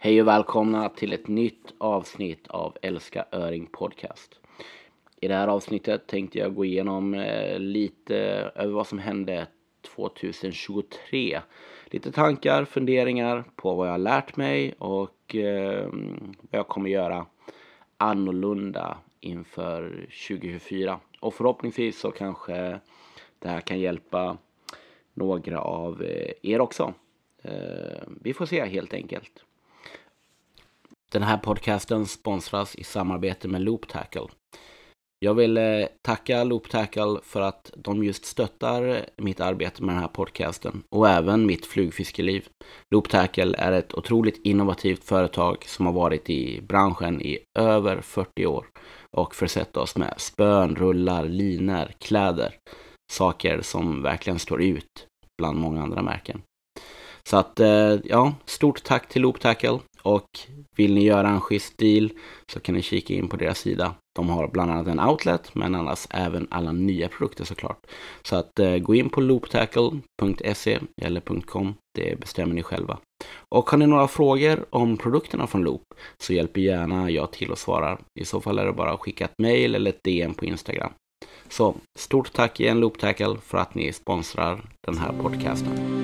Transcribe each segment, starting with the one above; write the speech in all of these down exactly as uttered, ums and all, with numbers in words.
Hej och välkomna till ett nytt avsnitt av Älska Öring podcast. I det här avsnittet tänkte jag gå igenom eh, lite över vad som hände tjugohundratjugotre. Lite tankar, funderingar på vad jag har lärt mig och eh, vad jag kommer göra annorlunda inför tjugohundratjugofyra. Och förhoppningsvis så kanske det här kan hjälpa några av eh, er också. Eh, vi får se helt enkelt. Den här podcasten sponsras i samarbete med Loop Tackle. Jag vill eh, tacka Loop Tackle för att de just stöttar mitt arbete med den här podcasten och även mitt flugfiskeliv. Loop Tackle är ett otroligt innovativt företag som har varit i branschen i över fyrtio år och försett oss med spön, rullar, linor, kläder. Saker som verkligen står ut bland många andra märken. Så att, ja, stort tack till Loop Tackle, och vill ni göra en schysst deal så kan ni kika in på deras sida. De har bland annat en outlet, men annars även alla nya produkter såklart. Så att gå in på looptackle punkt se eller .com, det bestämmer ni själva. Och har ni några frågor om produkterna från Loop så hjälper gärna jag till och svarar. I så fall är det bara att skicka ett mail eller ett D M på Instagram. Så stort tack igen Loop Tackle för att ni sponsrar den här podcasten.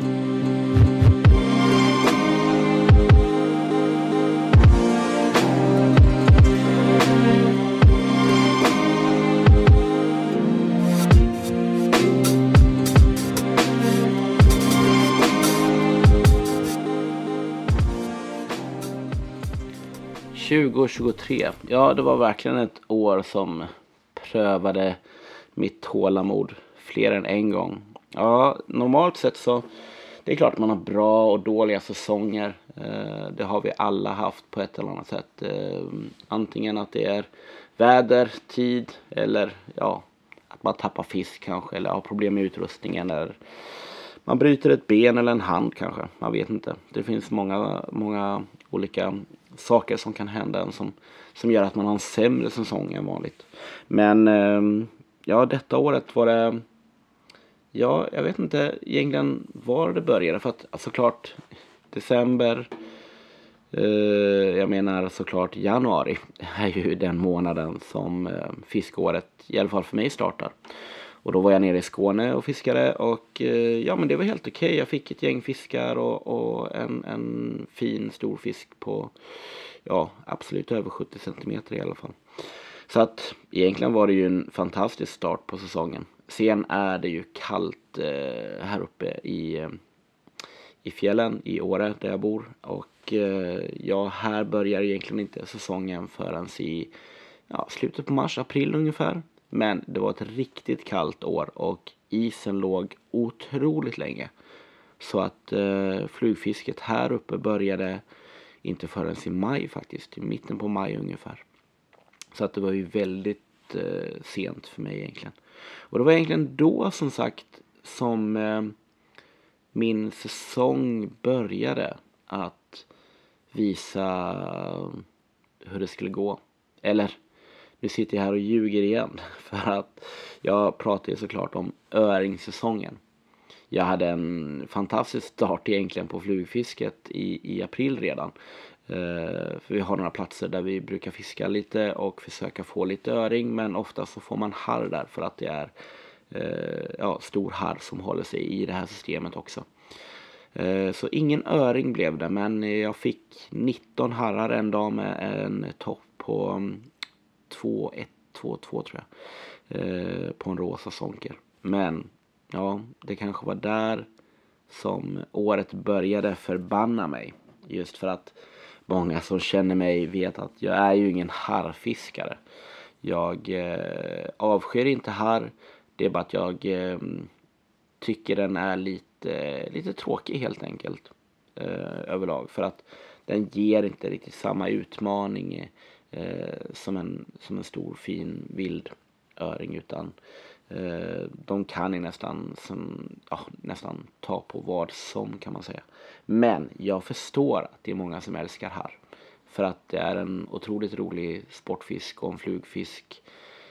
tjugohundratjugotre, ja det var verkligen ett år som prövade mitt tålamod fler än en gång. Ja, normalt sett så det är klart att man har bra och dåliga säsonger. Det har vi alla haft på ett eller annat sätt. Antingen att det är väder, tid eller ja, att man tappar fisk kanske eller har problem med utrustningen eller man bryter ett ben eller en hand kanske. Man vet inte. Det finns många, många olika saker som kan hända som, som gör att man har en sämre säsong än vanligt. Men ja, detta året var det, ja, jag vet inte egentligen var det började. För att såklart december, eh, jag menar såklart januari är ju den månaden som eh, fiskåret i alla fall för mig startar. Och då var jag nere i Skåne och fiskade och eh, ja men det var helt okej. Jag fick ett gäng fiskar och, och en, en fin stor fisk på ja absolut över sjuttio centimeter i alla fall. Så att egentligen var det ju en fantastisk start på säsongen. Sen är det ju kallt eh, här uppe i, eh, i fjällen i Åre där jag bor. Och eh, ja, här börjar egentligen inte säsongen förrän i ja, slutet på mars, april ungefär. Men det var ett riktigt kallt år och isen låg otroligt länge. Så att eh, flugfisket här uppe började inte förrän i maj faktiskt. I mitten på maj ungefär. Så att det var ju väldigt eh, sent för mig egentligen. Och det var egentligen då som sagt som eh, min säsong började att visa hur det skulle gå. Eller nu sitter jag här och ljuger igen för att jag pratar ju såklart om öringssäsongen. Jag hade en fantastisk start egentligen på flugfisket i, i april redan. Uh, för vi har några platser där vi brukar fiska lite och försöka få lite öring. Men ofta så får man harr där för att det är uh, ja, stor harr som håller sig i det här systemet också. Uh, så ingen öring blev det, men jag fick nitton harrar en dag med en topp på um, två ett två två tror jag. Uh, på en rosa sonker. Men ja, det kanske var där som året började förbanna mig. Just för att många som känner mig vet att jag är ju ingen harrfiskare. Jag eh, avskyr inte harr. Det är bara att jag eh, tycker den är lite, lite tråkig helt enkelt. Eh, överlag. För att den ger inte riktigt samma utmaning eh, som, en, som en stor fin vild öring. Utan eh, de kan ju nästan, som, ja, nästan ta på vad som kan man säga. Men jag förstår att det är många som älskar harr. För att det är en otroligt rolig sportfisk och en flugfisk.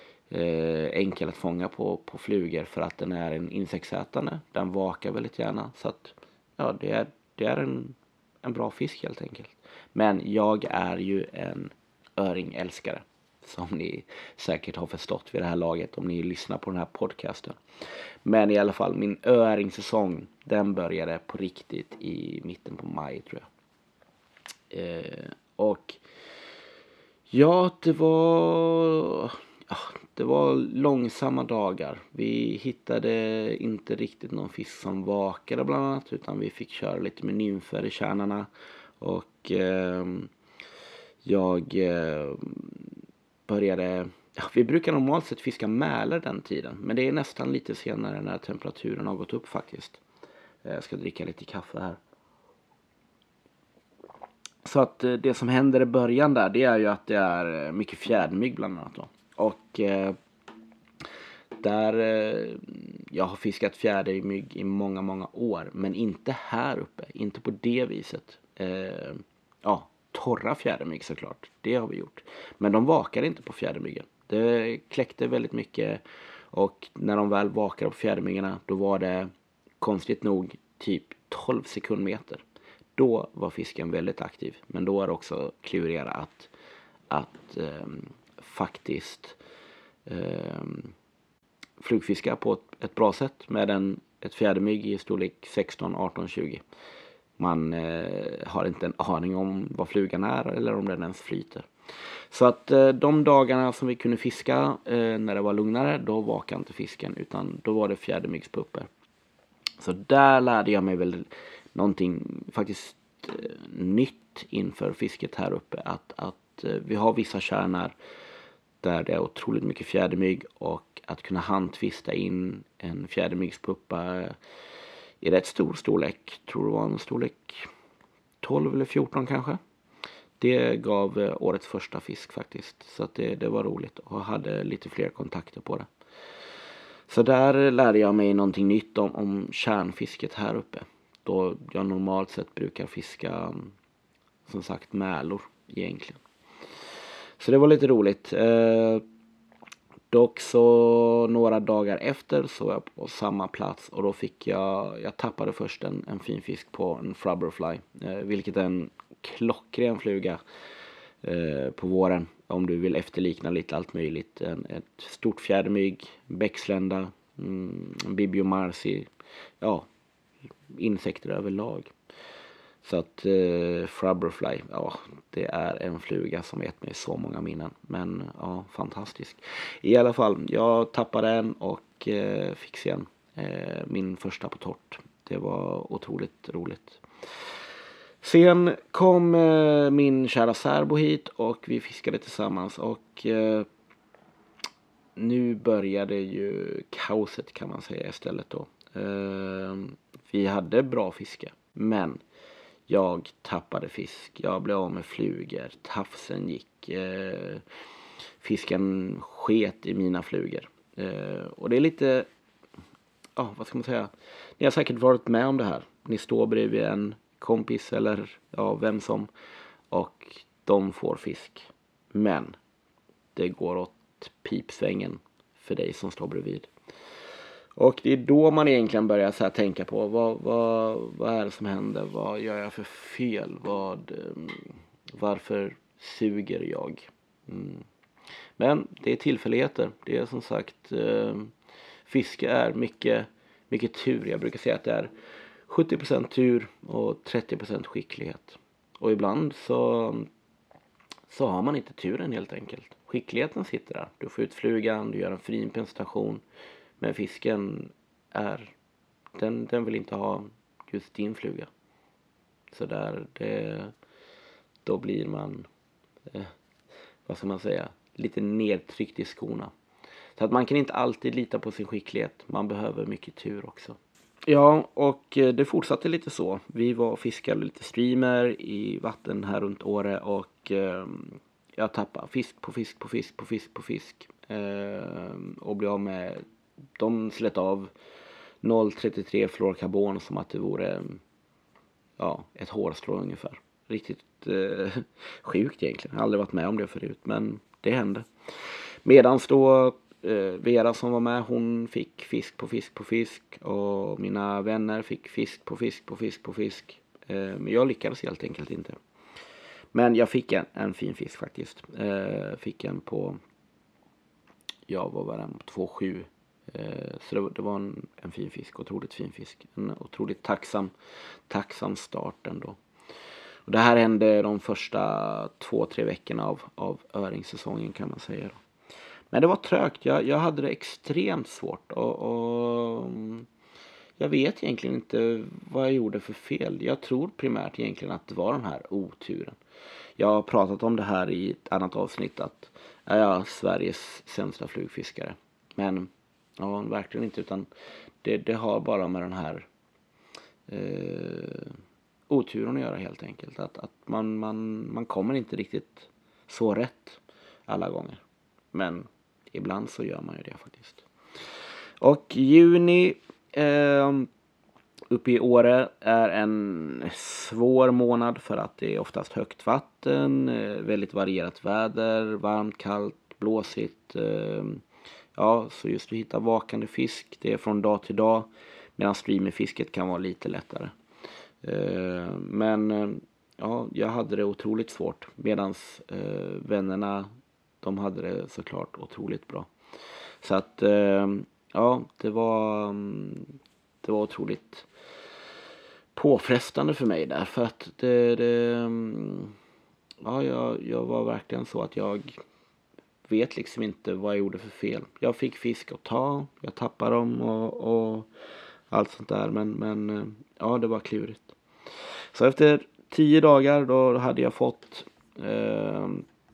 Eh, enkel att fånga på, på flugor för att den är en insektsätande. Den vakar väldigt gärna. Så att ja, det är, det är en en bra fisk helt enkelt. Men jag är ju en öringälskare, som ni säkert har förstått vid det här laget om ni lyssnar på den här podcasten. Men i alla fall, min öringsäsong, den började på riktigt i mitten på maj tror jag. Eh, och ja, det var... Ja, det var långsamma dagar. Vi hittade inte riktigt någon fisk som vakade bland annat, utan vi fick köra lite med nymfer i kärnorna. Och eh, jag eh, började... Ja, vi brukar normalt sett fiska mälar den tiden, men det är nästan lite senare när temperaturen har gått upp faktiskt. Jag ska dricka lite kaffe här. Så att det som händer i början där, det är ju att det är mycket fjädermygg bland annat då. Och eh, där eh, jag har fiskat fjädermygg i många, många år. Men inte här uppe, inte på det viset. Eh, ja, torra fjädermygg såklart, det har vi gjort. Men de vakar inte på fjädermyggen. Det kläckte väldigt mycket. Och när de väl vakade på fjädermyggarna, då var det konstigt nog typ tolv sekundmeter. Då var fisken väldigt aktiv. Men då är det också klurigare att, att eh, faktiskt eh, flugfiska på ett, ett bra sätt med en, ett fjädermygg i storlek sexton, arton, tjugo. Man eh, har inte en aning om vad flugan är eller om den ens flyter. Så att eh, de dagarna som vi kunde fiska eh, när det var lugnare, då vakade inte fisken, utan då var det fjädermyggspupper. Så där lärde jag mig väl någonting faktiskt eh, nytt inför fisket här uppe. Att, att eh, vi har vissa kärnar där det är otroligt mycket fjädermygg, och att kunna handtvista in en fjädermyggspuppa i rätt stor storlek, tror det var en storlek tolv eller fjorton kanske. Det gav eh, årets första fisk faktiskt. Så att det, det var roligt, och hade lite fler kontakter på det. Så där lärde jag mig någonting nytt om, om kärnfisket här uppe. Då jag normalt sett brukar fiska, som sagt, mälor egentligen. Så det var lite roligt. Eh, dock så några dagar efter så var jag på samma plats, och då fick jag, jag tappade först en, en fin fisk på en flubberfly. Eh, vilket är en klockren fluga eh, på våren. Om du vill efterlikna lite allt möjligt. En, ett stort fjädermygg, bäckslända, mm, bibiomarsi, ja, insekter överlag. Så att eh, flubberfly, ja, det är en fluga som gett mig så många minnen. Men ja, fantastisk. I alla fall, jag tappade en och eh, fick sen eh, min första på torrt. Det var otroligt roligt. Sen kom eh, min kära särbo hit och vi fiskade tillsammans, och eh, nu började ju kaoset, kan man säga, istället då. Eh, vi hade bra fiske, men jag tappade fisk. Jag blev av med flugor, tafsen gick, eh, fisken sket i mina flugor. Eh, och det är lite, ja, vad ska man säga? Ni har säkert varit med om det här. Ni står bredvid en kompis eller ja, vem som, och de får fisk, men det går åt pipsvängen för dig som står bredvid. Och det är då man egentligen börjar så här tänka på vad, vad, vad är det som händer, vad gör jag för fel, vad, varför suger jag. Mm. Men det är tillfälligheter. Det är som sagt, eh, fiske är mycket, mycket tur. Jag brukar säga att det är sjuttio procent tur och trettio procent skicklighet. Och ibland så, så har man inte turen helt enkelt. Skickligheten sitter där. Du får ut flugan, du gör en fin presentation. Men fisken är, den, den vill inte ha just din fluga. Så där, det, då blir man, eh, vad ska man säga, lite nedtryckt i skorna. Så att man kan inte alltid lita på sin skicklighet. Man behöver mycket tur också. Ja, och det fortsatte lite så. Vi var och fiskade lite streamer i vatten här runt Åre, och eh, jag tappade fisk på fisk på fisk på fisk på fisk. Eh, och blev av med, de slet av noll komma trettiotre fluorkarbon som att det vore, ja, ett hårstrå ungefär. Riktigt eh, sjukt egentligen. Jag har aldrig varit med om det förut, men det hände. Medans då Eh, Vera som var med, hon fick fisk på fisk på fisk, och mina vänner fick fisk på fisk på fisk på fisk, Eh, men jag lyckades helt enkelt inte. Men jag fick en, en fin fisk faktiskt. Eh, fick en på, ja vad var den, två komma sju. Eh, så det, det var en, en fin fisk, otroligt fin fisk. En otroligt tacksam, tacksam start ändå. Och det här hände de första två, tre veckorna av, av öringssäsongen kan man säga då. Men det var trögt, jag, jag hade det extremt svårt och, och jag vet egentligen inte vad jag gjorde för fel. Jag tror primärt egentligen att det var den här oturen. Jag har pratat om det här i ett annat avsnitt att är jag Sveriges sämsta flugfiskare. Men ja, verkligen inte, utan det, det har bara med den här eh, oturen att göra helt enkelt. Att, att man, man, man kommer inte riktigt så rätt alla gånger. Men ibland så gör man ju det faktiskt. Och juni eh, uppe i Åre är en svår månad för att det är oftast högt vatten, eh, väldigt varierat väder, varmt, kallt, blåsigt. Eh, ja, så just att hitta vakande fisk, det är från dag till dag, medan streamerfisket kan vara lite lättare. Eh, men eh, ja, jag hade det otroligt svårt, medan eh, vännerna, de hade det såklart otroligt bra. Så att eh, ja, det var det var otroligt påfrestande för mig där, för att det, det ja, jag, jag var verkligen så att jag vet liksom inte vad jag gjorde för fel. Jag fick fisk att ta, jag tappade dem och, och allt sånt där, men, men ja, det var klurigt. Så efter tio dagar då hade jag fått eh,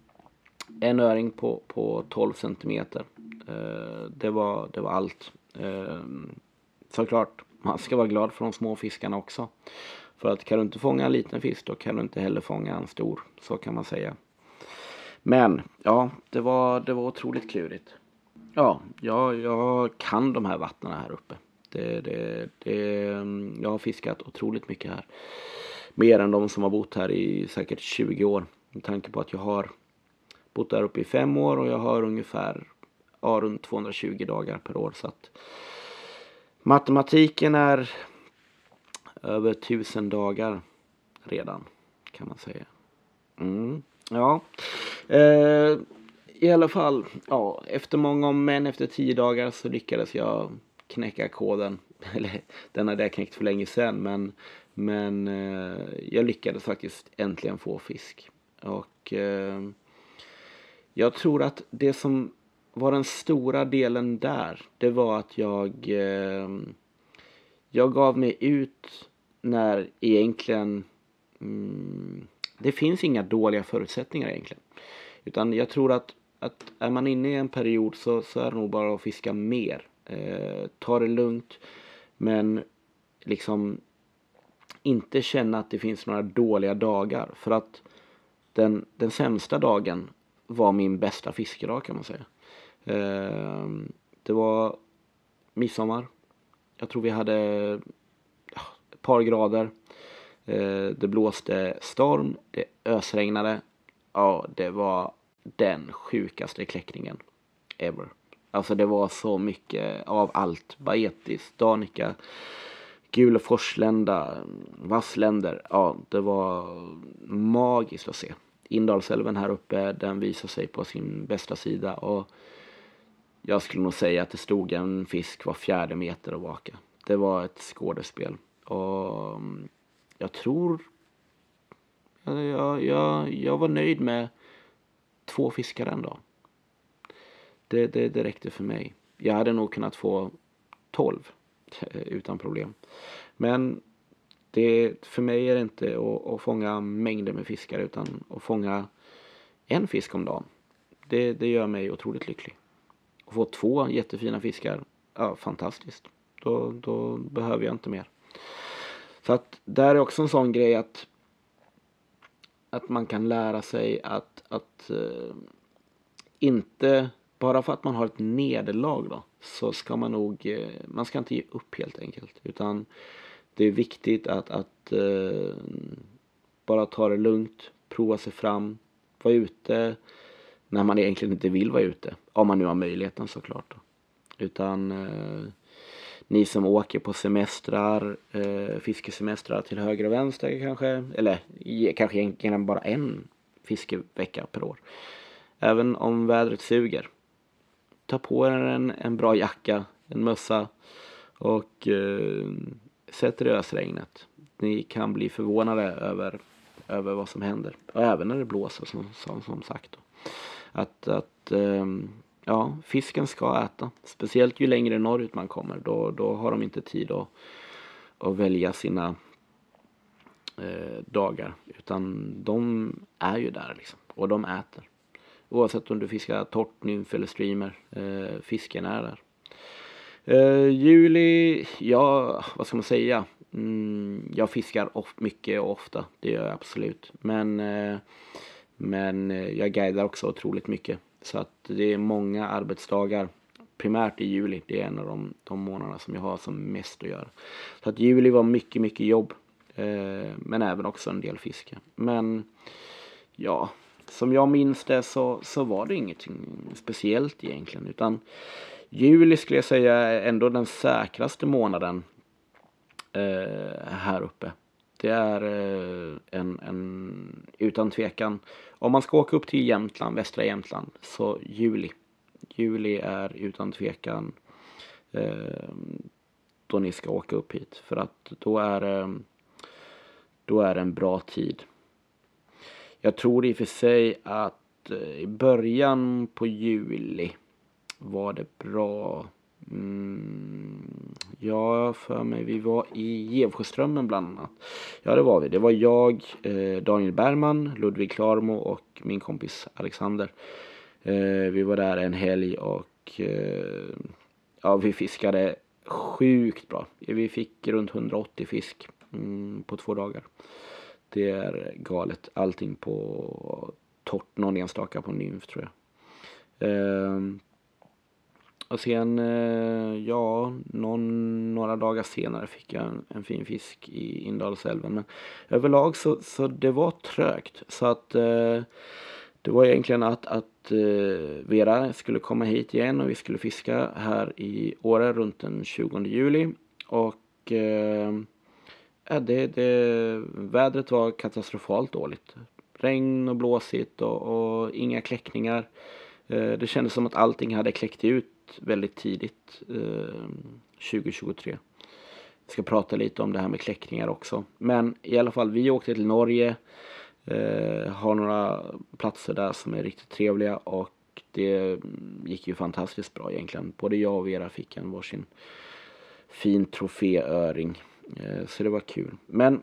en öring på, på tolv centimeter. Eh, det var, det var allt. Eh, såklart, man ska vara glad för de små fiskarna också. För att kan du inte fånga en liten fisk, då kan du inte heller fånga en stor. Så kan man säga. Men, ja, det var, det var otroligt klurigt. Ja, jag, jag kan de här vattnen här uppe. Det, det, det, jag har fiskat otroligt mycket här. Mer än de som har bott här i säkert tjugo år. Med tanke på att jag har bott där uppe i fem år och jag har ungefär ja, runt tvåhundratjugo dagar per år. Så att matematiken är över tusen dagar redan, kan man säga. Mm, ja. Eh, I alla fall, ja, efter många om men efter tio dagar så lyckades jag knäcka koden. Eller den hade jag knäckt för länge sedan, men, men eh, jag lyckades faktiskt äntligen få fisk. Och eh, jag tror att det som var den stora delen där, det var att jag eh, jag gav mig ut när egentligen mm, det finns inga dåliga förutsättningar egentligen. Utan jag tror att, att är man inne i en period så, så är det nog bara att fiska mer. Eh, ta det lugnt, men liksom inte känna att det finns några dåliga dagar. För att den, den sämsta dagen var min bästa fiskedag, kan man säga. Eh, det var midsommar. Jag tror vi hade ett par grader. Eh, det blåste storm. Det ösregnade. Ja, det var den sjukaste kläckningen ever. Alltså det var så mycket av allt. Baetis, danica, guleforslända, vassländer. Ja, det var magiskt att se. Indalsälven här uppe, den visar sig på sin bästa sida. Och jag skulle nog säga att det stod en fisk var fjärde meter och vaka. Det var ett skådespel. Och jag tror... Jag, jag, jag var nöjd med två fiskar en dag. Det, det, det räckte för mig. Jag hade nog kunnat få tolv utan problem. Men det, för mig är det inte att, att fånga mängder med fiskar, utan att fånga en fisk om dagen. Det, det gör mig otroligt lycklig. Att få två jättefina fiskar, ja, fantastiskt. Då, då behöver jag inte mer. Så att där är också en sån grej att att man kan lära sig att, att uh, inte, bara för att man har ett nederlag då, så ska man nog, uh, man ska inte ge upp helt enkelt. Utan det är viktigt att, att uh, bara ta det lugnt, prova sig fram, vara ute när man egentligen inte vill vara ute. Om man nu har möjligheten såklart då. Utan uh, ni som åker på semestrar, eh, fiskesemestrar till höger och vänster kanske, eller kanske egentligen bara en fiskevecka per år. Även om vädret suger, ta på er en, en bra jacka, en mössa och eh, sätt ösregnet. Ni kan bli förvånade över, över vad som händer. Och även när det blåser som, som, som sagt. Då. Att, att eh, ja, fisken ska äta. Speciellt ju längre norrut man kommer. Då, då har de inte tid att, att välja sina eh, dagar. Utan de är ju där liksom. Och de äter. Oavsett om du fiskar torrt, nymf eller streamer. Eh, fisken är där. Eh, juli, ja, vad ska man säga? Mm, jag fiskar of, mycket och ofta. Det gör jag absolut. Men, eh, men jag guidar också otroligt mycket. Så att det är många arbetsdagar. Primärt i juli. Det är en av de, de månaderna som jag har som mest att göra. Så att juli var mycket, mycket jobb. Eh, men även också en del fiske. Men ja, som jag minns det så, så var det ingenting speciellt egentligen. Utan juli skulle jag säga är ändå den säkraste månaden eh, här uppe. Det är eh, en, en, utan tvekan. Om man ska åka upp till Jämtland, västra Jämtland, så juli. Juli är utan tvekan eh, då ni ska åka upp hit. För att då är, eh, då är det en bra tid. Jag tror i och för sig att eh, i början på juli var det bra. Mm, ja, för mig. Vi var i Gevsjöströmmen bland annat. Ja, det var vi. Det var jag, eh, Daniel Bergman, Ludvig Klarmo och min kompis Alexander. Eh, vi var där en helg och eh, ja, vi fiskade sjukt bra. Vi fick runt hundraåttio fisk mm, på två dagar. Det är galet. Allting på torrt, någon enstaka på nymf tror jag. Eh, och sen, eh, ja, någon, några dagar senare fick jag en, en fin fisk i Indalsälven. Men överlag så, så det var trögt. Så att eh, det var egentligen att, att eh, Vera skulle komma hit igen och vi skulle fiska här i Åre runt den tjugonde juli. Och eh, det, det, vädret var katastrofalt dåligt. Regn och blåsigt och, och inga kläckningar. Eh, det kändes som att allting hade kläckt ut väldigt tidigt eh, tjugo tjugotre. Jag ska prata lite om det här med kläckningar också. Men i alla fall, vi åkte till Norge. Eh, har några platser där som är riktigt trevliga. Och det gick ju fantastiskt bra egentligen. Både jag och Vera fick en varsin fin troféöring. Eh, så det var kul. Men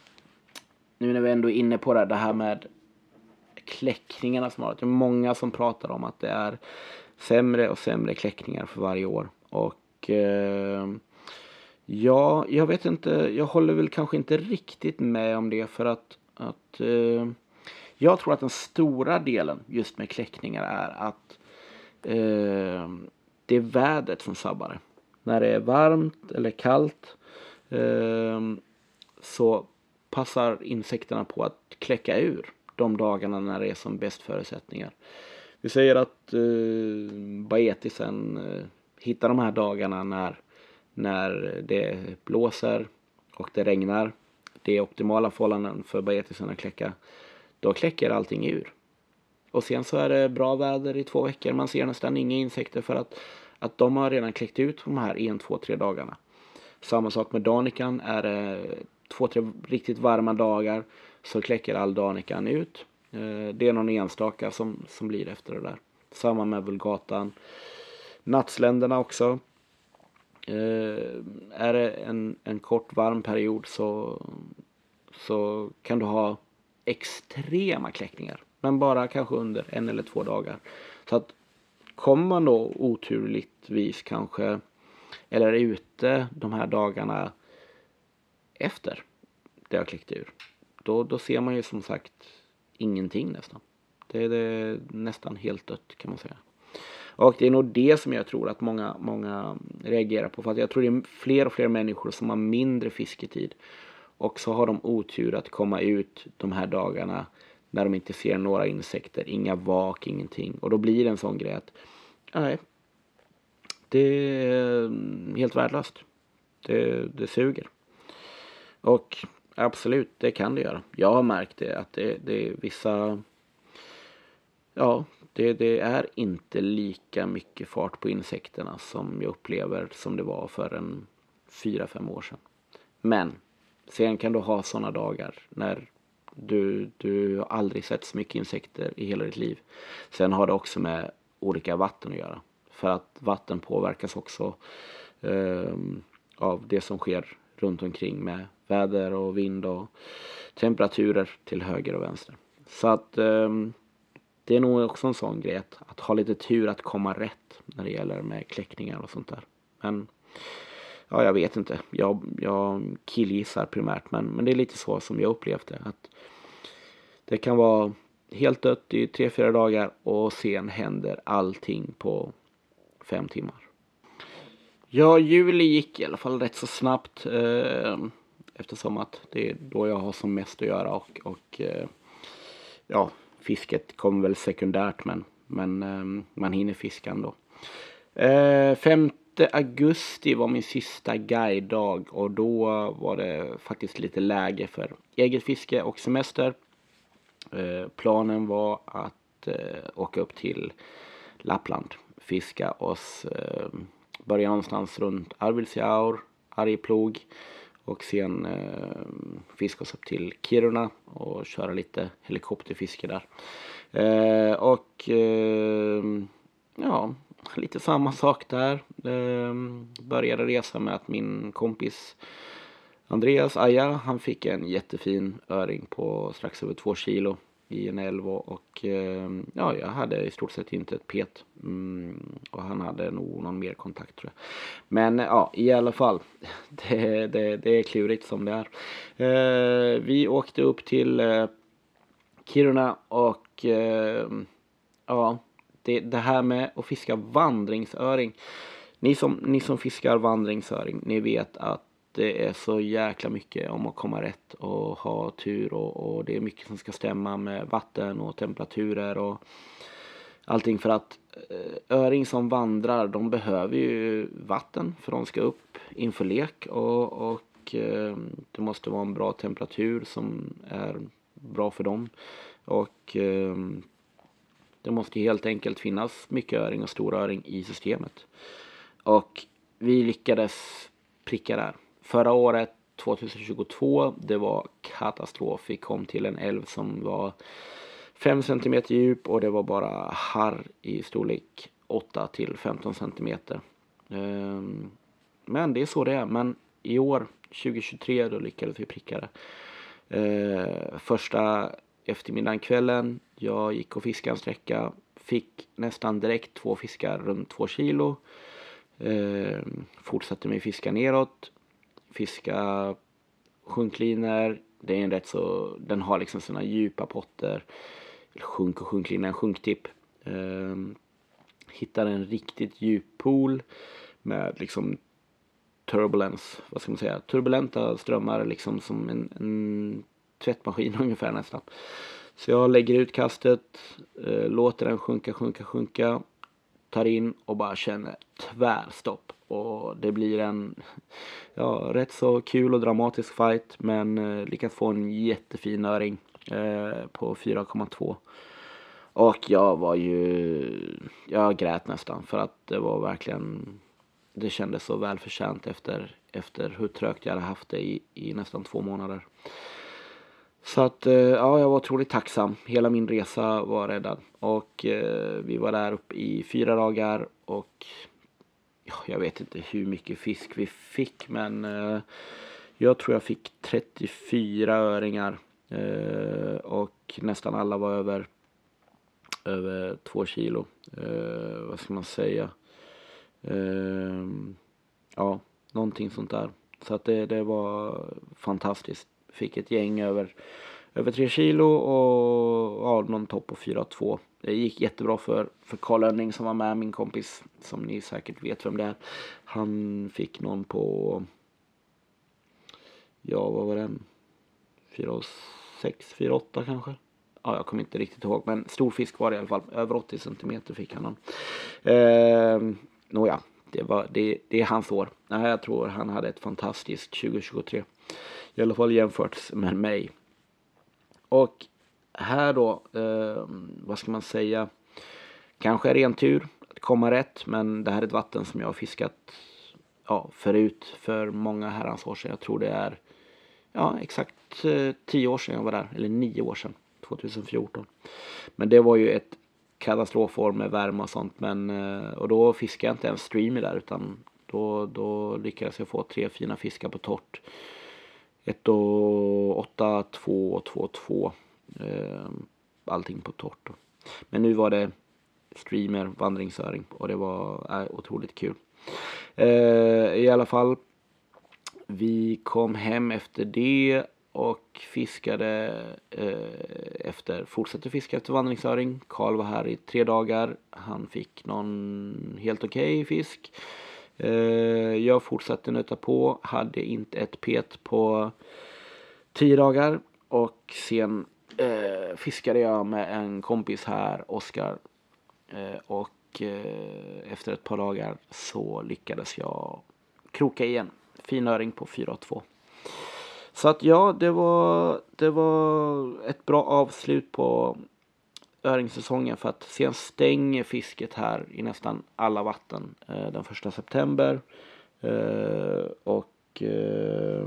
nu när vi ändå är inne på det, det här med kläckningarna som har varit. Det är många som pratar om att det är sämre och sämre kläckningar för varje år. Och eh, ja, jag vet inte, jag håller väl kanske inte riktigt med om det. För att, att eh, jag tror att den stora delen just med kläckningar är att eh, det är vädret som sabbar det. När det är varmt eller kallt eh, så passar insekterna på att kläcka ur de dagarna när det är som bäst förutsättningar. Vi säger att eh, baetisen eh, hittar de här dagarna när, när det blåser och det regnar. Det är optimala förhållanden för baetisen att kläcka. Då kläcker allting ur. Och sen så är det bra väder i två veckor. Man ser nästan inga insekter för att, att de har redan kläckt ut de här en, två, tre dagarna. Samma sak med danikan. Är det två, tre riktigt varma dagar så kläcker all danikan ut. Det är någon enstaka som, som blir efter det där. Samma med vulgatan. Natsländerna också. Eh, är det en, en kort varm period så, så kan du ha extrema kläckningar. Men bara kanske under en eller två dagar. Så att kommer man då oturligtvis kanske eller är ute de här dagarna efter det har kläckt ur. Då, då ser man ju som sagt ingenting nästan. Det är, det är nästan helt dött kan man säga. Och det är nog det som jag tror att många, många reagerar på. För att jag tror det är fler och fler människor som har mindre fisketid. Och så har de otur att komma ut de här dagarna när de inte ser några insekter. Inga vak, ingenting. Och då blir det en sån grej att nej, det är helt värdelöst. det, det suger. Och absolut, det kan det göra. Jag har märkt det, att det, det är vissa... Ja, det, det är inte lika mycket fart på insekterna som jag upplever som det var för en fyra, fem år sedan. Men sen kan du ha sådana dagar när du, du har aldrig sett så mycket insekter i hela ditt liv. Sen har det också med olika vatten att göra. För att vatten påverkas också eh, av det som sker runt omkring med väder och vind och temperaturer till höger och vänster. Så att eh, det är nog också en sån grej att, att ha lite tur att komma rätt när det gäller med kläckningar och sånt där. Men ja, jag vet inte. Jag, jag killgissar primärt, men, men det är lite så som jag upplevt det. Att det kan vara helt dött i tre, fyra dagar och sen händer allting på fem timmar. Ja, juli gick i alla fall rätt så snabbt eh, eftersom att det är då jag har som mest att göra och, och eh, ja, fisket kommer väl sekundärt, men, men eh, man hinner fiska ändå. Eh, femte augusti var min sista guidedag och då var det faktiskt lite läge för eget fiske och semester. Eh, planen var att eh, åka upp till Lappland, fiska oss, eh, börja någonstans runt Arvidsjaur, Arjeplog och sen eh, fiska oss upp till Kiruna och köra lite helikopterfiske där. Eh, och eh, ja, lite samma sak där. Eh, började resa med att min kompis Andreas Aja, han fick en jättefin öring på strax över två kilo i en älv och eh, ja, jag hade i stort sett inte ett pet mm, och han hade nog någon mer kontakt tror jag. Men ja, i alla fall det, det, det är klurigt som det är. Eh, vi åkte upp till eh, Kiruna och eh, ja, det, det här med att fiska vandringsöring. Ni som, ni som fiskar vandringsöring, ni vet att det är så jäkla mycket om att komma rätt och ha tur och, och det är mycket som ska stämma med vatten och temperaturer och allting, för att öring som vandrar, de behöver ju vatten för de ska upp inför lek och, och eh, det måste vara en bra temperatur som är bra för dem och eh, det måste helt enkelt finnas mycket öring och stor öring i systemet och vi lyckades pricka där. Förra året, tjugohundratjugotvå, det var katastrof. Vi kom till en älv som var fem centimeter djup och det var bara harr i storlek åtta till femton centimeter. Men det är så det är. Men i år, tjugohundratjugotre, då lyckades vi pricka det. Första eftermiddagen, kvällen, jag gick och fiskade en sträcka. Fick nästan direkt två fiskar runt två kilo. Fortsatte med fiska neråt. Fiska sjunklinor, det är en rätt så, den har liksom såna djupa potter, sjunk och sjunklina, en sjunktipp. Eh, hittar en riktigt djup pool med liksom turbulence, vad ska man säga, turbulenta strömmar liksom som en, en tvättmaskin ungefär nästan. Så jag lägger ut kastet, eh, låter den sjunka, sjunka, sjunka, tar in och bara känner tvärstopp. Och det blir en ja, rätt så kul och dramatisk fight. Men eh, lyckas få en jättefin öring eh, på fyra komma två. Och jag var ju... Jag grät nästan. För att det var verkligen... Det kändes så välförtjänt efter, efter hur trögt jag hade haft det i, i nästan två månader. Så att eh, ja, jag var otroligt tacksam. Hela min resa var räddad. Och eh, vi var där uppe i fyra dagar och... Jag vet inte hur mycket fisk vi fick, men eh, jag tror jag fick trettiofyra öringar eh, och nästan alla var över, över två kilo. Eh, vad ska man säga? Eh, ja, någonting sånt där. Så att det, det var fantastiskt. Fick ett gäng över, över tre kilo och ja, någon topp på fyra komma två. Det gick jättebra för, för Karl Önning som var med, min kompis, som ni säkert vet vem det är. Han fick någon på, ja vad var det, fyra komma sex, fyra komma åtta kanske. Ja, jag kommer inte riktigt ihåg, men stor fisk var det i alla fall. Över åttio centimeter fick han någon. Eh, Nåja, det, var, det, det är hans år. Nej, jag tror han hade ett fantastiskt tjugo tjugotre. I alla fall jämfört med mig. Och här då, eh, vad ska man säga? Kanske ren tur att komma rätt, men det här är ett vatten som jag har fiskat ja, förut för många herrans år sedan. Jag tror det är ja, exakt eh, tio år sedan jag var där, eller nio år sedan, tjugohundrafjorton. Men det var ju ett katastrofår med värme och sånt, men eh, och då fiskade jag inte ens streamer där, utan då, då lyckades jag få tre fina fiskar på torrt. ett och åtta, två och två två. Eh, allting på torrt då. Men nu var det streamer, vandringsöring, och det var äh, otroligt kul. Eh, I alla fall, vi kom hem efter det och fiskade eh, efter, fortsatte fiska efter vandringsöring. Karl var här i tre dagar. Han fick någon helt okej okay fisk. Eh, jag fortsatte nöta på. Hade inte ett pet på tio dagar. Och sen eh, fiskade jag med en kompis här, Oskar. Eh, och eh, efter ett par dagar så lyckades jag kroka igen. Fin öring på fyra två. Så att ja, det var, det var ett bra avslut på öringssäsongen, för att sen stänger fisket här i nästan alla vatten eh, den första september. Eh, och eh,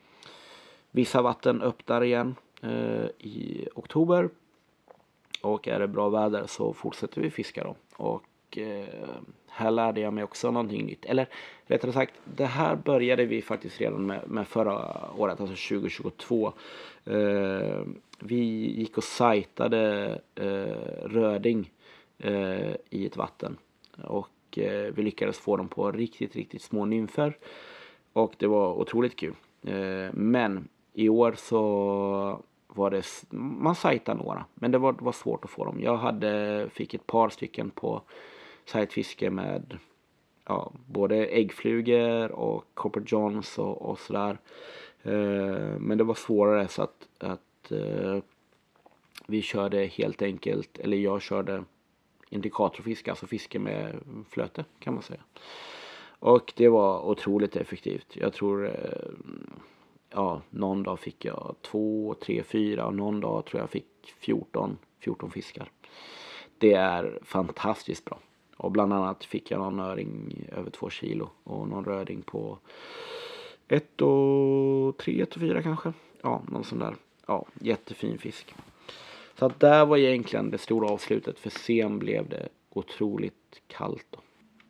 vissa vatten öppnar igen eh, i oktober. Och är det bra väder så fortsätter vi fiska då. Och eh, här lärde jag mig också någonting nytt. Eller rättare sagt, det här började vi faktiskt redan med, med förra året, alltså tjugo tjugotvå. Eh, vi gick och sajtade eh, röding eh, i ett vatten. Och eh, vi lyckades få dem på riktigt, riktigt små nymfer. Och det var otroligt kul. Eh, men i år så var det, man sajtade några, men det var, det var svårt att få dem. Jag hade, fick ett par stycken på sajtfiske med ja, både äggflugor och Copper Johns och, och sådär. Eh, men det var svårare, så att, att eh, vi körde helt enkelt, eller jag körde indikatorfiske, alltså fiske med flöte kan man säga. Och det var otroligt effektivt. Jag tror eh, ja, någon dag fick jag två, tre, fyra och någon dag tror jag fick fjorton, fjorton fiskar. Det är fantastiskt bra. Och bland annat fick jag någon öring över två kilo och någon röding på ett och tre, ett och fyra kanske. Ja, någon sån där. Ja, jättefin fisk. Så att där var egentligen det stora avslutet, för sen blev det otroligt kallt då.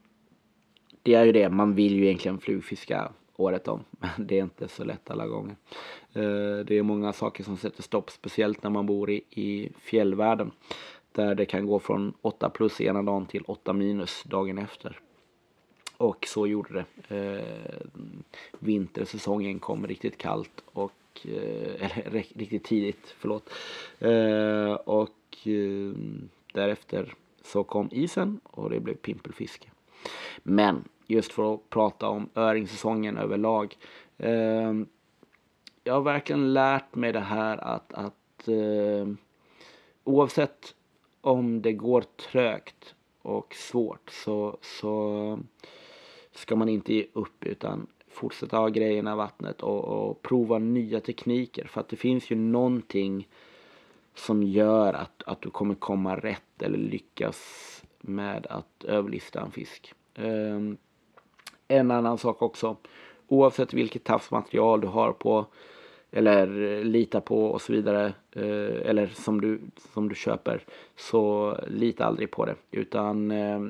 Det är ju det, man vill ju egentligen flugfiska året om, men det är inte så lätt alla gånger. Det är många saker som sätter stopp, speciellt när man bor i, i fjällvärlden, där det kan gå från åtta plus ena dagen till åtta minus dagen efter. Och så gjorde det. Eh, vintersäsongen kom riktigt kallt och eh, eller riktigt tidigt, förlåt. Eh, och eh, därefter så kom isen och det blev pimpelfiske. Men just för att prata om öringssäsongen överlag. Eh, jag har verkligen lärt mig det här att, att eh, oavsett om det går trögt och svårt så, så ska man inte ge upp, utan fortsätta ha grejerna i vattnet och, och prova nya tekniker. För att det finns ju någonting som gör att, att du kommer komma rätt eller lyckas med att överlista en fisk. Um, en annan sak också, oavsett vilket tafsmaterial du har på eller lita på och så vidare, eh, eller som du, som du köper, så lita aldrig på det, utan eh,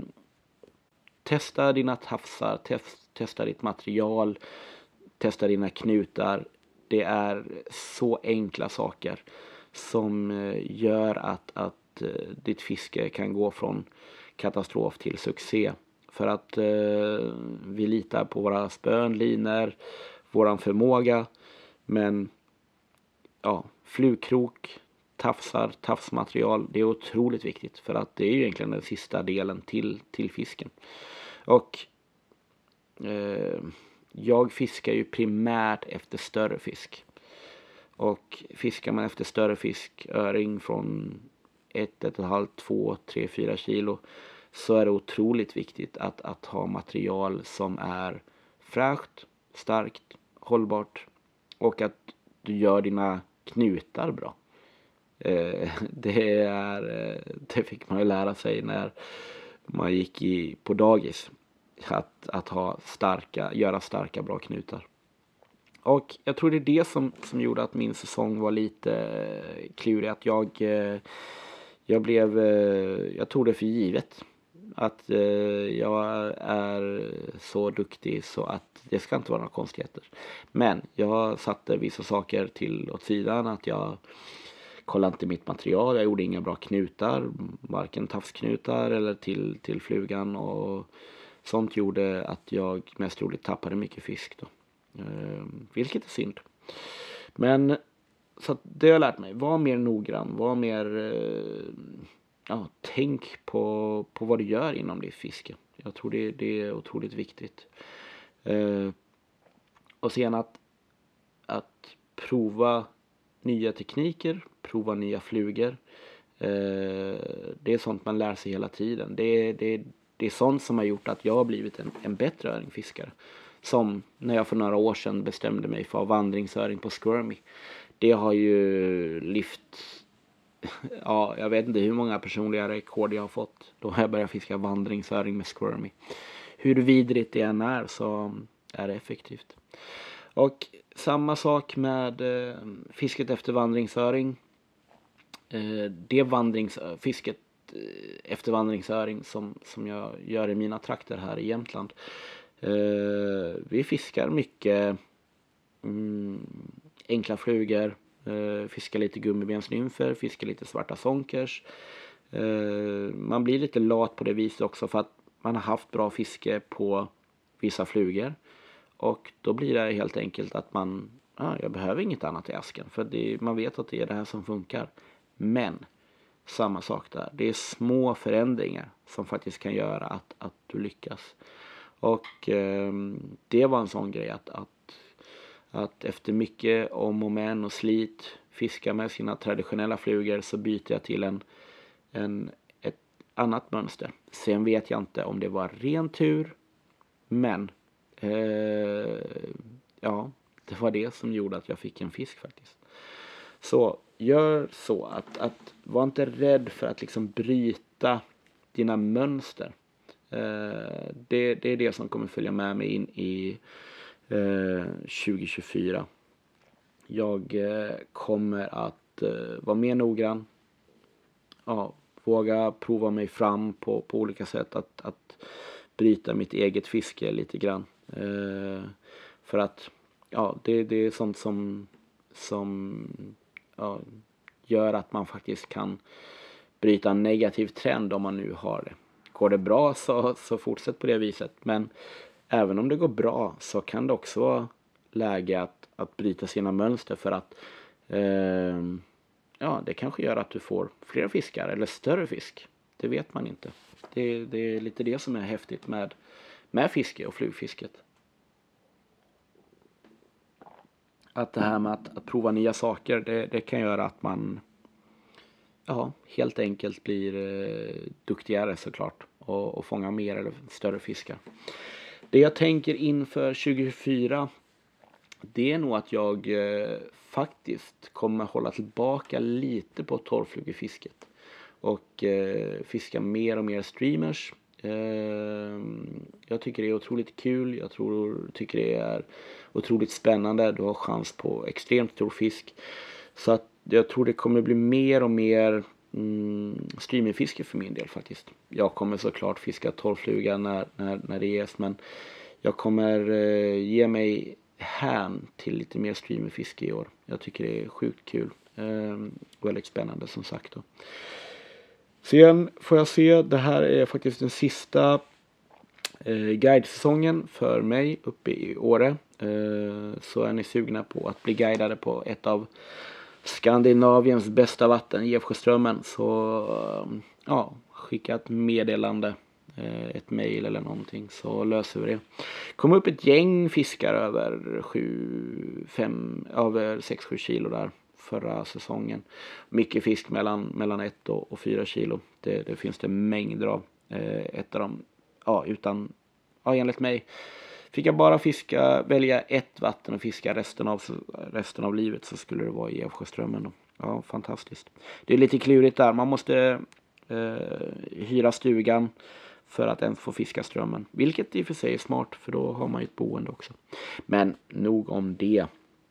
testa dina tafsar, test, testa ditt material, testa dina knutar. Det är så enkla saker som eh, gör att, att eh, ditt fiske kan gå från katastrof till succé. För att eh, vi litar på våra spön, linor, våran förmåga. Men ja, flugkrok, tafsar, tafsmaterial, det är otroligt viktigt. För att det är ju egentligen den sista delen till, till fisken. Och eh, jag fiskar ju primärt efter större fisk. Och fiskar man efter större fisk, öring från ett, ett och ett halvt, två, tre, fyra kilo, så är det otroligt viktigt att, att ha material som är fräscht, starkt, hållbart och att du gör dina knutar bra. Eh, det, är, det fick man ju lära sig när man gick i, på dagis. Att, att ha starka, göra starka bra knutar. Och jag tror det är det som, som gjorde att min säsong var lite klurig. Att jag, jag blev, jag tog det för givet. Att jag är så duktig så att det ska inte vara några konstigheter. Men jag satte vissa saker till åt sidan. Att jag kollade inte mitt material. Jag gjorde inga bra knutar. Varken tafsknutar eller till, till flugan. Och sånt gjorde att jag mest troligt tappade mycket fisk då. Eh, vilket är synd. Men så att det har jag lärt mig. Var mer noggrann. Var mer eh, ja, tänk på, på vad du gör inom ditt fiske. Jag tror det, det är otroligt viktigt. Eh, och sen att, att prova nya tekniker. Prova nya flugor. Eh, det är sånt man lär sig hela tiden. Det, det, det är sånt som har gjort att jag har blivit en, en bättre öringfiskare. Som när jag för några år sedan bestämde mig för vandringsöring på squirmy. Det har ju lyft, ja, jag vet inte hur många personliga rekord jag har fått. Då har jag börjat fiska vandringsöring med squirmy. Hur vidrigt det än är så är det effektivt. Och samma sak med eh, fisket efter vandringsöring. Eh, det vandrings, fisket eh, efter vandringsöring som, som jag gör i mina trakter här i Jämtland. Uh, vi fiskar mycket mm, enkla flugor, uh, fiskar lite gummibensnymfer, fiskar lite svarta sonkers. Uh, man blir lite lat på det viset också för att man har haft bra fiske på vissa flugor. Och då blir det helt enkelt att man, ah, jag behöver inget annat i asken för det, man vet att det är det här som funkar. Men samma sak där, det är små förändringar som faktiskt kan göra att, att du lyckas. Och eh, det var en sån grej att, att, att efter mycket om och men och slit fiska med sina traditionella flugor så byter jag till en, en, ett annat mönster. Sen vet jag inte om det var ren tur, men eh, ja, det var det som gjorde att jag fick en fisk faktiskt. Så gör så att, att var inte rädd för att liksom bryta dina mönster. Uh, det, det är det som kommer följa med mig in i uh, tjugo tjugofyra. Jag uh, kommer att uh, vara mer noggrann. Ja, våga prova mig fram på, på olika sätt. Att, att bryta mitt eget fiske lite grann. Uh, för att ja, det, det är sånt som, som ja, gör att man faktiskt kan bryta en negativ trend om man nu har det. Går det bra så, så fortsätt på det viset. Men även om det går bra så kan det också vara läge att, att bryta sina mönster. För att eh, ja, det kanske gör att du får fler fiskar eller större fisk. Det vet man inte. Det, det är lite det som är häftigt med, med fiske och flugfisket. Att det här med att, att prova nya saker, det, det kan göra att man ja, helt enkelt blir eh, duktigare såklart. Och, och fånga mer eller större fiskar. Det jag tänker inför tjugo tjugofyra, det är nog att jag eh, faktiskt kommer hålla tillbaka lite på torrflugefisket. Och eh, fiska mer och mer streamers. Eh, jag tycker det är otroligt kul. Jag tror, tycker det är otroligt spännande. Du har chans på extremt stor fisk. Så att jag tror det kommer bli mer och mer mm, streamingfiske för min del faktiskt. Jag kommer såklart fiska torrfluga när, när, när det ges. Men jag kommer eh, ge mig hän till lite mer streamingfiske i år. Jag tycker det är sjukt kul. Eh, väldigt spännande som sagt då. Sen får jag se, det här är faktiskt den sista eh, guidesäsongen för mig uppe i Åre. Eh, så är ni sugna på att bli guidade på ett av Skandinaviens bästa vatten, Gevsjöströmmen, så ja, skicka ett meddelande, ett mejl eller någonting, så löser vi det. Kom upp ett gäng fiskar över sju, fem, över sex sju kilo där förra säsongen. Mycket fisk mellan, mellan ett och fyra kilo. Det, det finns det mängder av. Eh, ett av dem, ja utan, ja enligt mig, fick jag bara fiska, välja ett vatten och fiska resten av, resten av livet, så skulle det vara i Älvsjöströmmen då. Ja, fantastiskt. Det är lite klurigt där. Man måste eh, hyra stugan för att ens få fiska strömmen. Vilket i och för sig är smart, för då har man ju ett boende också. Men nog om det.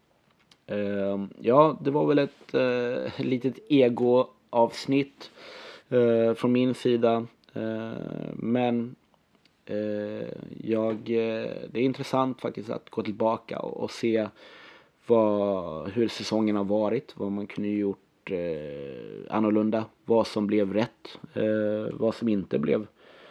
Uh, ja, det var väl ett uh, litet ego-avsnitt uh, från min sida. Uh, men uh, jag, uh, det är intressant faktiskt att gå tillbaka och, och se vad, hur säsongen har varit. Vad man kunde gjort uh, annorlunda. Vad som blev rätt. Uh, vad som inte blev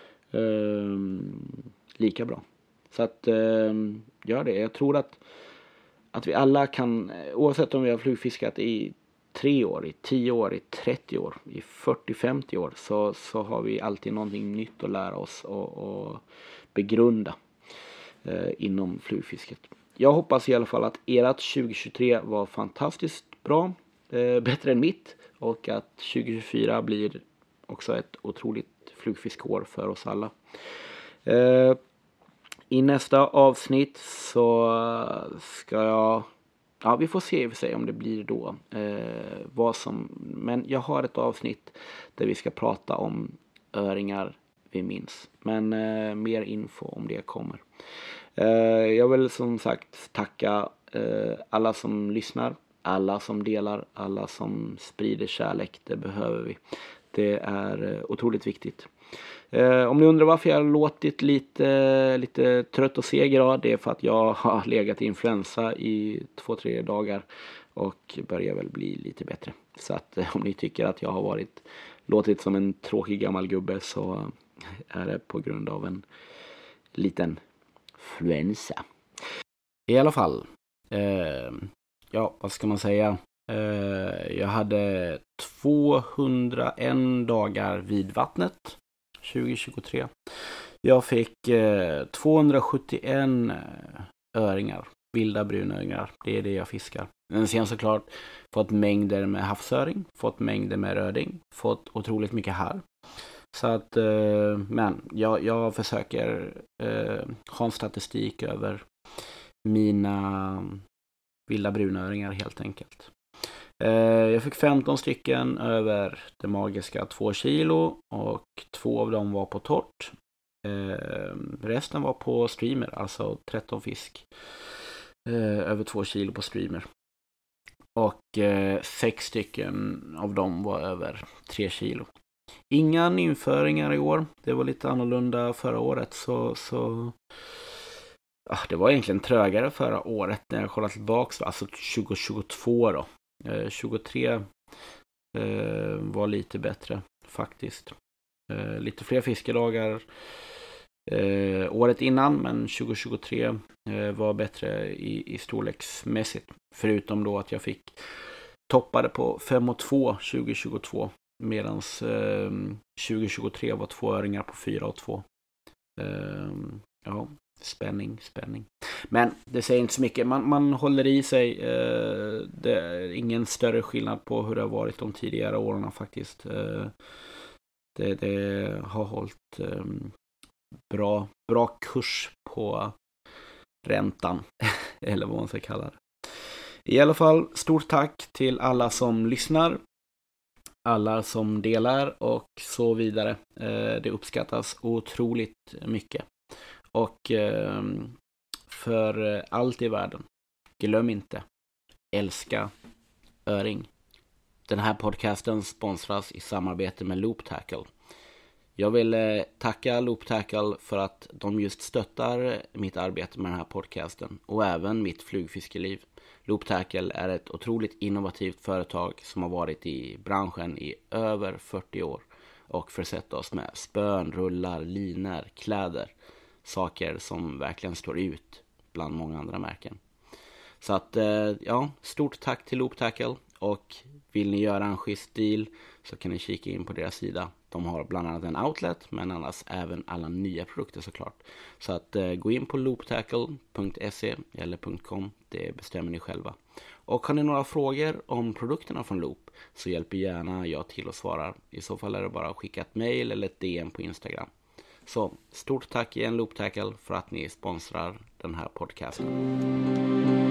uh, lika bra. Så att uh, gör det. Jag tror att Att vi alla kan, oavsett om vi har flugfiskat i tre år, i tio år, i trettio år, i fyrtio femtio år, så, så har vi alltid någonting nytt att lära oss och, och begrunda eh, inom flugfisket. Jag hoppas i alla fall att ert tjugo tjugotre var fantastiskt bra, eh, bättre än mitt, och att tjugo tjugofyra blir också ett otroligt flugfiskår för oss alla. Eh, I nästa avsnitt så ska jag, ja vi får se, vi får se om det blir då eh, vad som, men jag har ett avsnitt där vi ska prata om öringar vi minns, men eh, mer info om det kommer. Eh, jag vill som sagt tacka eh, alla som lyssnar, alla som delar, alla som sprider kärlek, det behöver vi. Det är eh, otroligt viktigt. Eh, om ni undrar varför jag har låtit lite, lite trött och seg idag, det är för att jag har legat i influensa i två, tre dagar och börjar väl bli lite bättre. Så att eh, om ni tycker att jag har varit låtit som en tråkig gammal gubbe, så är det på grund av en liten influensa. I alla fall, eh, ja vad ska man säga? Eh, jag hade tvåhundraen dagar vid vattnet tjugo tjugotre. Jag fick eh, tvåhundrasjuttioen öringar, vilda brunöringar. Det är det jag fiskar. Men sen såklart fått mängder med havsöring, fått mängder med röding, fått otroligt mycket här. Så att, eh, men jag, jag försöker eh, ha en statistik över mina vilda brunöringar helt enkelt. Jag fick femton stycken över det magiska två kilo och två av dem var på torrt. Eh, resten var på streamer, alltså tretton fisk eh, över två kilo på streamer. Och eh, sex stycken av dem var över tre kilo. Inga införingar i år. Det var lite annorlunda förra året, så, så ah, det var egentligen trögare förra året när jag kollade tillbaka, alltså tjugo tjugotvå då. Eh, tjugotre eh, var lite bättre faktiskt. Eh, lite fler fiskedagar eh, året innan, men tjugo tjugotre eh, var bättre i, i storleksmässigt. Förutom då att jag fick toppade på fem och två tjugo tjugotvå, medan eh, tjugo tjugotre var två öringar på fyra och två. Eh, ja, spänning, spänning. Men det säger inte så mycket. Man, man håller i sig. Eh, det är ingen större skillnad på hur det har varit de tidigare åren faktiskt. Eh, det, det har hållit eh, bra, bra kurs på räntan. Eller vad man ska kalla det. I alla fall, stort tack till alla som lyssnar. Alla som delar och så vidare. Eh, det uppskattas otroligt mycket. Och eh, för allt i världen, glöm inte, älska öring. Den här podcasten sponsras i samarbete med Loop Tackle. Jag vill eh, tacka Loop Tackle för att de just stöttar mitt arbete med den här podcasten och även mitt flugfiskeliv. Loop Tackle är ett otroligt innovativt företag som har varit i branschen i över fyrtio år och försett oss med spön, rullar, linor, kläder. Saker som verkligen står ut bland många andra märken. Så att, ja, stort tack till Loop Tackle. Och vill ni göra en schysst deal så kan ni kika in på deras sida. De har bland annat en outlet, men annars även alla nya produkter såklart. Så att gå in på looptackle punkt se eller .com, det bestämmer ni själva. Och har ni några frågor om produkterna från Loop så hjälper gärna jag till och svarar. I så fall är det bara att skicka ett mail eller ett D M på Instagram. Så stort tack igen Loop Tackle för att ni sponsrar den här podcasten.